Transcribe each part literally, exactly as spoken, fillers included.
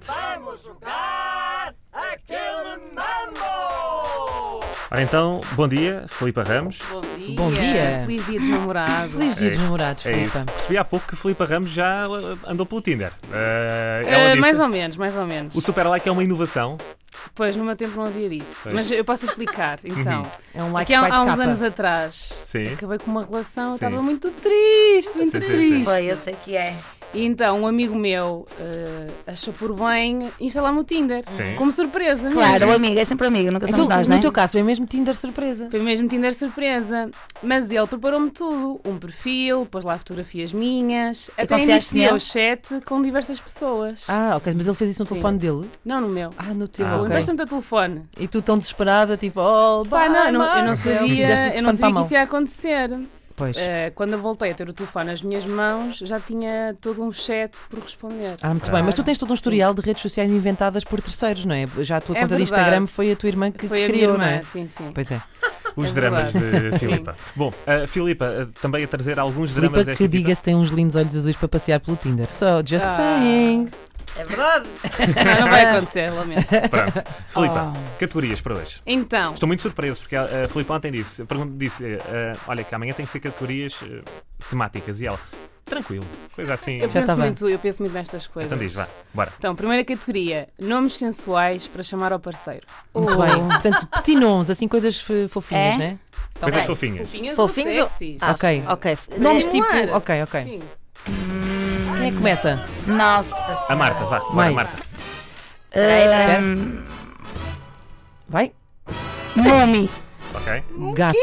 Vamos jogar aquele mambo! Ora então, bom dia, Filipa Ramos. Bom dia. Bom dia. Feliz dia dos namorados. Feliz dia dos namorados, É Filipa. isso. Percebi há pouco que Filipa Ramos já uh, andou pelo Tinder. Uh, Uh, ela disse, mais ou menos, mais ou menos. o Super Like é uma inovação. Pois, no meu tempo não havia disso. Pois. Mas eu posso explicar, então. É um like Aqui há, vai de há uns capa. anos atrás, Sim. acabei com uma relação, eu Sim. estava muito triste, muito Sim, sim, sim. triste. Foi, eu sei que é. E então um amigo meu uh, achou por bem instalar-me o Tinder. Sim. Como surpresa. Claro, mesmo. o amigo é sempre amigo, nunca Então, somos nós, no não é? teu caso, foi mesmo Tinder surpresa. Foi mesmo Tinder surpresa. Mas ele preparou-me tudo. Um perfil, pôs lá fotografias minhas. Até confiaste iniciou nele? o chat com diversas pessoas. Ah, ok, mas ele fez isso no Sim. telefone dele? Não no meu. Ah, no teu, Ah, ok. Empresta-me o teu telefone. E tu tão desesperada, tipo, oh, Pá, não, eu não, eu não Marcel. sabia, E deste o eu não telefone para a sabia que mão. isso ia acontecer. Pois. Eh, quando eu voltei a ter o telefone nas minhas mãos, já tinha todo um chat por responder. Ah, muito bem, mas tu tens todo um historial de redes sociais inventadas por terceiros, não é? Já a tua É conta de verdade. Instagram foi a tua irmã que Foi a criou, minha não irmã, é? sim, sim. Pois é. Os É dramas verdade. de Filipa. Bom, uh, Filipa, uh, também a trazer alguns Filipa dramas desta que equipa. diga se tem uns lindos olhos azuis para passear pelo Tinder. So, just Ah. saying. É verdade. Não, não vai acontecer, lamento. Pronto. Filipa, Oh. categorias para hoje. Então, Estou muito surpreso porque a, a Filipa ontem disse, eu pergunto- disse uh, olha que amanhã tem que ser categorias uh, temáticas e ela, tranquilo, coisa assim. eu Já penso, tá bem. muito, eu penso muito nestas coisas. Então diz, vá, bora. Então, primeira categoria, nomes sensuais para chamar ao parceiro. Muito bem. Portanto, petinons, assim, coisas f- fofinhas, É? né? Tá Coisas bem. fofinhas. Fofinhas, Fofinhos ou ou- sexys? Ah, Ok. Ok. Nomes é tipo. no ar. Ok, ok. Sim. Quem é que começa? Nossa senhora. A Marta, vá, bora Mãe. Marta. Ahm, Vai. Mumi. Ok? Gato.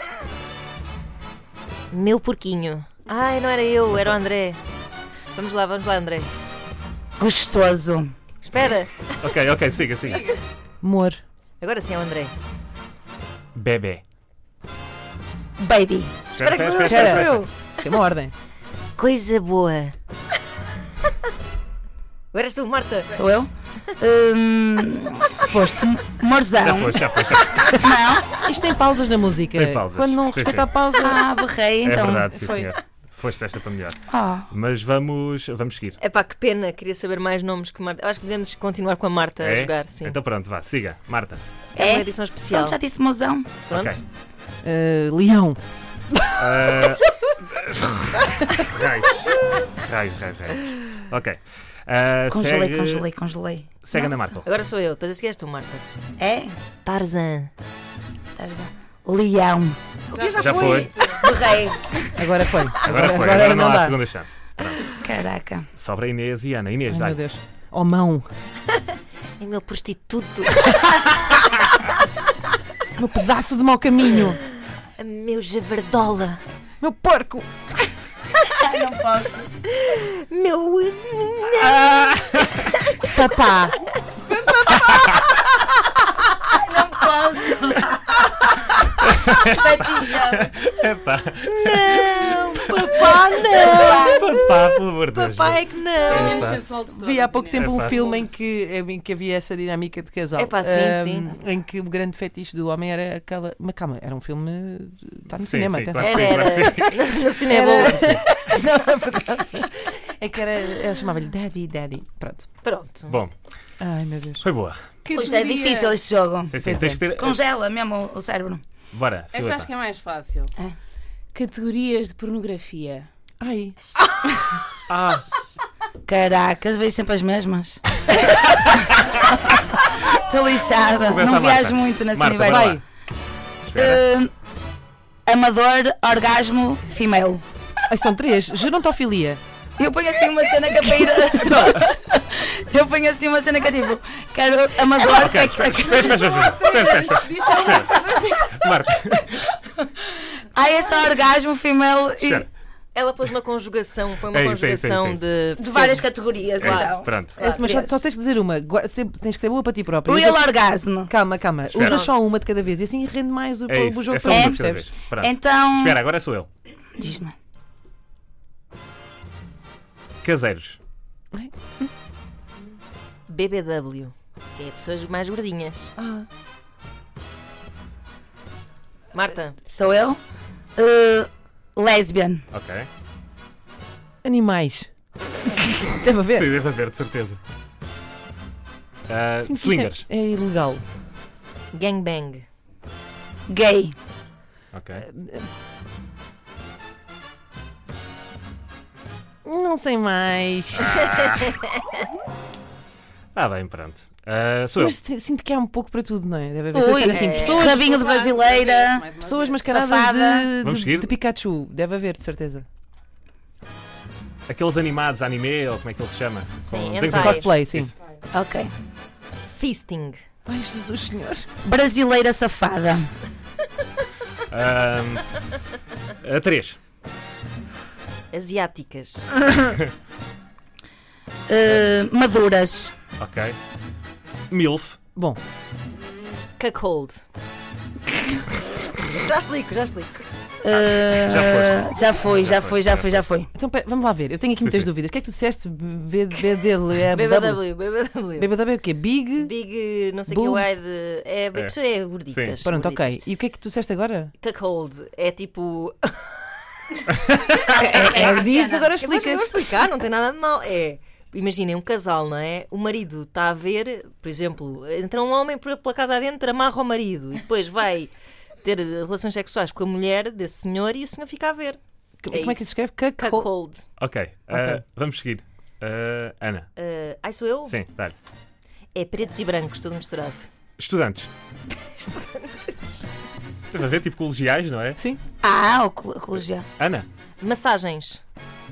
Meu porquinho. Ai, não era eu, era o André. Vamos lá, vamos lá, André. Gostoso. Espera, Ok, ok, siga, siga. Amor. agora sim é o André. Bebê. Baby. Espera que sou eu, espera, espera, sou eu. Tem uma ordem. Coisa boa. Agora és tu, Marta. Sou eu? Hum, foste. Morzão. Já foi, já foi, já foi. Não? Isto tem pausas na música. Tem pausas. Quando não Sim, respeita sim. a pausa. Ah, berrei então. é verdade, sim foi. senhor. Foste esta para melhor. Oh. Mas vamos, vamos seguir. Epá, que pena, queria saber mais nomes que Marta. Eu acho que devemos continuar com a Marta a É? jogar, sim. Então pronto, vá, siga. Marta. É uma É? edição especial. Pronto, já disse mozão. Pronto. Ok. Uh, leão. Ah, Raios. Raios, raios, raios. Ok. Ah, Congelei, segue, congelei, congelei. Segue Ana Nossa. Marco. Agora sou eu, depois a seguir és tu, Marta. É? Tarzan. Tarzan. Leão. Já, Já foi. Berrei. Agora foi. Agora foi, agora não há dá. segunda chance. Pronto. Caraca. Sobra Inês e Ana. Inês, Ai, dá. meu Deus. Oh, mão. É meu prostituto. Meu pedaço de mau caminho. meu javardola. Meu porco. Não posso. Meu... Papá. Não posso. Fetichão. Epá, Papá, não. papá, pelo amor de Deus. Papá é que É não. menos Epá. sensual de todas, Vi há pouco Inês. tempo um Epá. filme em que, em que havia essa dinâmica de casal. Epá, sim, Ahm, sim. Em que o grande fetiche do homem era aquela. Mas calma, era um filme. Está no Sim, cinema, sim, atenção. claro que Era, sim, claro que sim. era. No cinema. Não, é verdade. É que era. Ela chamava-lhe Daddy, Daddy. Pronto. Pronto. Bom, Ai, meu Deus. foi boa. Hoje é difícil este jogo. Sim, sim, Pois tens é. que ter. Congela mesmo o- o cérebro. Bora, Esta Filipa. acho que é mais fácil. É. Categorias de pornografia. Ai. Ah, Caracas, vejo sempre as mesmas. Estou lixada. Começa Não a Marta. viajo muito nesse Marta, nível. vai Vai. lá. espera. Hum, amador, orgasmo, female. Ai, são três. Gerontofilia. Eu ponho assim uma cena que é para ir. Eu ponho assim uma cena que é tipo. Quero amador. Ok, que é espera, que- espera, espera, espera, espera, espera, espera. Marta, Ah, é só orgasmo, female e. espera. Ela pôs uma conjugação, põe uma É isso, é isso, é conjugação isso, de... De várias categorias, É isso, então. pronto. É, mas só, três. só tens que dizer uma. Gua- se- Tens que ser boa para ti própria. Real orgasmo. Calma, calma. Espera. Usa só uma de cada vez e assim rende mais o, É o isso, jogo é só para uma ti, de cada percebes? vez. Pronto. Então. Espera, agora sou eu. Diz-me. Caseiros. B B W, que é pessoas mais gordinhas. Ah. Marta, Sou eu? Uh, lesbian. Ok. Animais. Deve haver. Sim, deve haver, de certeza. Uh, Sinto que isto swingers. É, é ilegal. Gangbang. Gay. Ok. Não sei mais. Ah, bem, pronto. Uh, sou Mas eu. si- sinto que há um pouco para tudo, não é? Deve haver Ui, ser assim, é. pessoas, Rabinho de brasileira. Mais uma pessoas vez. mascaradas Safada. de, Vamos de, seguir? de Pikachu. Deve haver, de certeza. Aqueles animados, anime, ou como é que ele se chama? Sim, Com hentai. desenhos Sim. Cosplay, sim. Isso. Ok. Fisting. Ai, Jesus Senhor. Brasileira safada. Um, a três. Asiáticas. Uh, maduras. Ok. Milf. Bom, Cuckold. Já explico, já explico. Uh, já foi, já foi, já foi, já foi. então pera, vamos lá ver. Eu tenho aqui Sim, muitas sim. dúvidas. O que é que tu disseste? B dele é B B W, B B W. B B W é o quê? Big? Big, não sei o que, Boobs. wide. É, a pessoa é gorditas. Pronto, gorditas. ok. E o que é que tu disseste agora? Cuckold é tipo. É, é, diz, agora Eu vou, eu vou explicas. explicar, não tem nada de mal. É. Imaginem um casal, não é? O marido está a ver, por exemplo, entra um homem por- pela casa adentro, amarra o marido e depois vai ter relações sexuais com a mulher desse senhor e o senhor fica a ver. Como é que se isso. escreve? Cuckold. Cuckold. Ok. Uh, Ok. Vamos seguir. Uh, Ana. Uh, ai, sou eu? Sim, dá-lhe. É pretos e brancos, tudo misturado. Estudantes. Deve haver tipo colegiais, não é? Sim. Ah, o col- colegial. Ana. Massagens.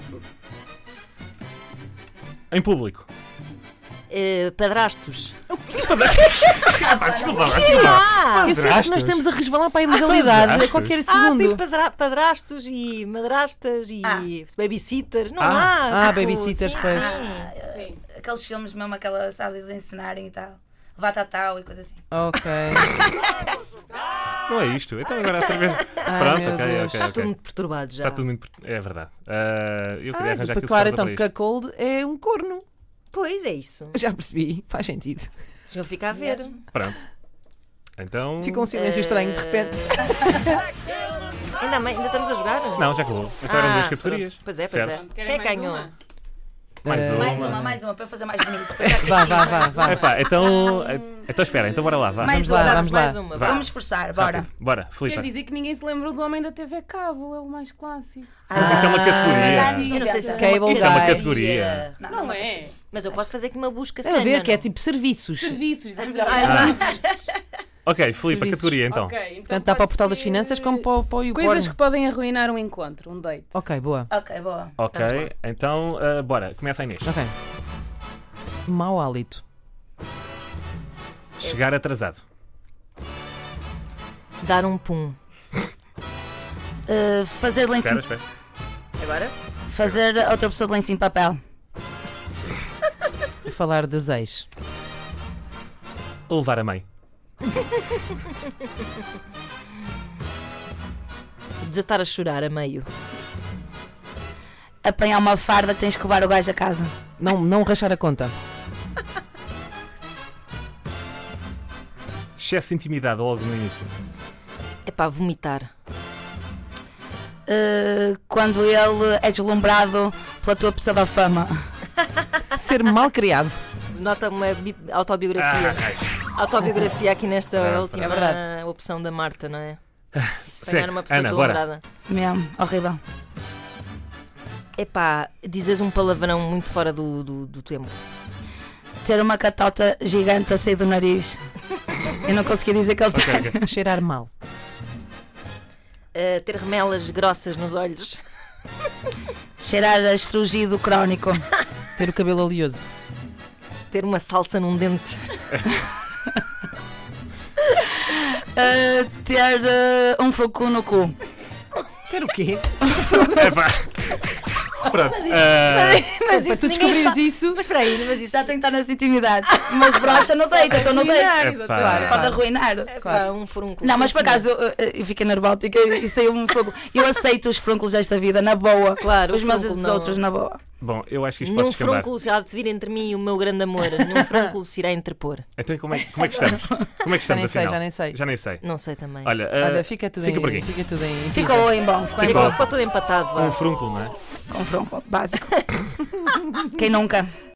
Em público. Uh, padrastos. Ah, desculpa, lá, desculpa. lá. Ah, Eu sei que nós Padrastos? estamos a resvalar para a ilegalidade a Padrastos? qualquer ah, segundo. tem padra- padrastos e madrastas e Ah. babysitters. Não Ah. há. Ah, tipo, babysitters, sim, pois. sim. Sim. Aqueles filmes mesmo, aquela, sabes, eles ensinarem e tal. Levar tatau e coisa assim. Ok. Não é isto. Então agora outra vez. Ai, Pronto, meu ok, Deus. ok, Está tudo ok. muito perturbado já. Está tudo muito. É verdade. Uh, eu queria Ah, arranjar para aqui o claro, separador então, para isto. cuckold é um corno. Pois é isso. Já percebi. Faz sentido. O senhor fica a ver. Pronto. Então. Fica um silêncio estranho de repente. Ainda, ainda estamos a jogar? Não, já acabou. Então eram Ah, duas categorias. pronto. Pois é, pois Certo. é. Querem Quem é que mais ganhou? uma? Mais Eh, uma. Mais uma, mais uma, para eu fazer mais bonito. Vá, vá, vá, vá. Epá, então. Então espera, então bora lá, vá. Mais Vamos lá, uma. vamos lá. Mais uma. Vá. Vamos esforçar, bora. Rápido. Bora, Quer Filipe. dizer que ninguém se lembrou do homem da T V Cabo, é o mais clássico. Mas isso é uma Ah, categoria. Eu não sei se isso Cable é uma Isso é uma guy. categoria. Não, Não não é. Mas eu posso fazer aqui uma busca. se Deve calhar haver que é não. tipo serviços. Serviços, é melhor. Ah, Ok, Filipe, a Serviços. categoria então. Ok, então Portanto, dá para o pode portal das ser finanças como para, o- para o YouPorn. Coisas que podem arruinar um encontro, um date. Ok, boa. Ok, boa. Ok, então uh, bora, começa a Inês. Ok. Mau hálito. Chegar atrasado. Dar um pum. Uh, fazer lencinho. Espera, espera. Agora? Fazer outra pessoa de lencinho de papel. Falar das ex. Levar a mãe. Desatar a chorar a meio. Apanhar uma farda que tens que levar o gajo a casa. Não, não rachar a conta. Excesso de intimidade logo no início. É para vomitar. Uh, quando ele é deslumbrado pela tua pseudo-fama. Ser mal criado. Nota uma bi- Ah, autobiografia. raios. Autobiografia aqui nesta Verdade, última é verdade. opção da Marta, não é? Segue. Apanhar uma pessoa Ana, bora. deslumbrada. Mesmo, horrível. É pá, dizes um palavrão muito fora do, do, do tempo. Ter uma catota gigante a sair do nariz. Eu não consegui dizer que ele tem. Ok, ok. Cheirar mal. Uh, ter remelas grossas nos olhos. Cheirar a estrugido crónico. Ter o cabelo oleoso. Ter uma salsa num dente. Uh, ter uh, um fruco no cu. Ter o quê? Epá. Pronto. ah, Mas Para isso tu ninguém descobrires sabe. isso. Mas espera aí, mas isso Já tem que estar nas intimidades. Mas brocha no date, eu estou no date. Arruinar, Epá. exatamente. Claro. Pode arruinar. É pá, um por um. Não, mas por acaso eu, eu- eu fiquei nervótica e saiu um frúnculo. Eu aceito os frúnculos desta vida, na boa. Claro, Os o meus e frúnculo dos não- outros, na boa. bom, eu acho que isto pode Num descambar. frúnculo se há de vir entre mim e o meu grande amor. Num frúnculo se irá interpor. Então e como é, como é que estamos? Como é que Já estamos nem sei, afinal? já nem sei. Já nem sei. Não sei também. Olha, ah, Olha, fica tudo fica em. por aqui. Fica tudo em. Ficou em bom, ficou em Ficou. bom. Ficou tudo empatado. vá. um frúnculo, não é? Com frúnculo, básico. Quem nunca?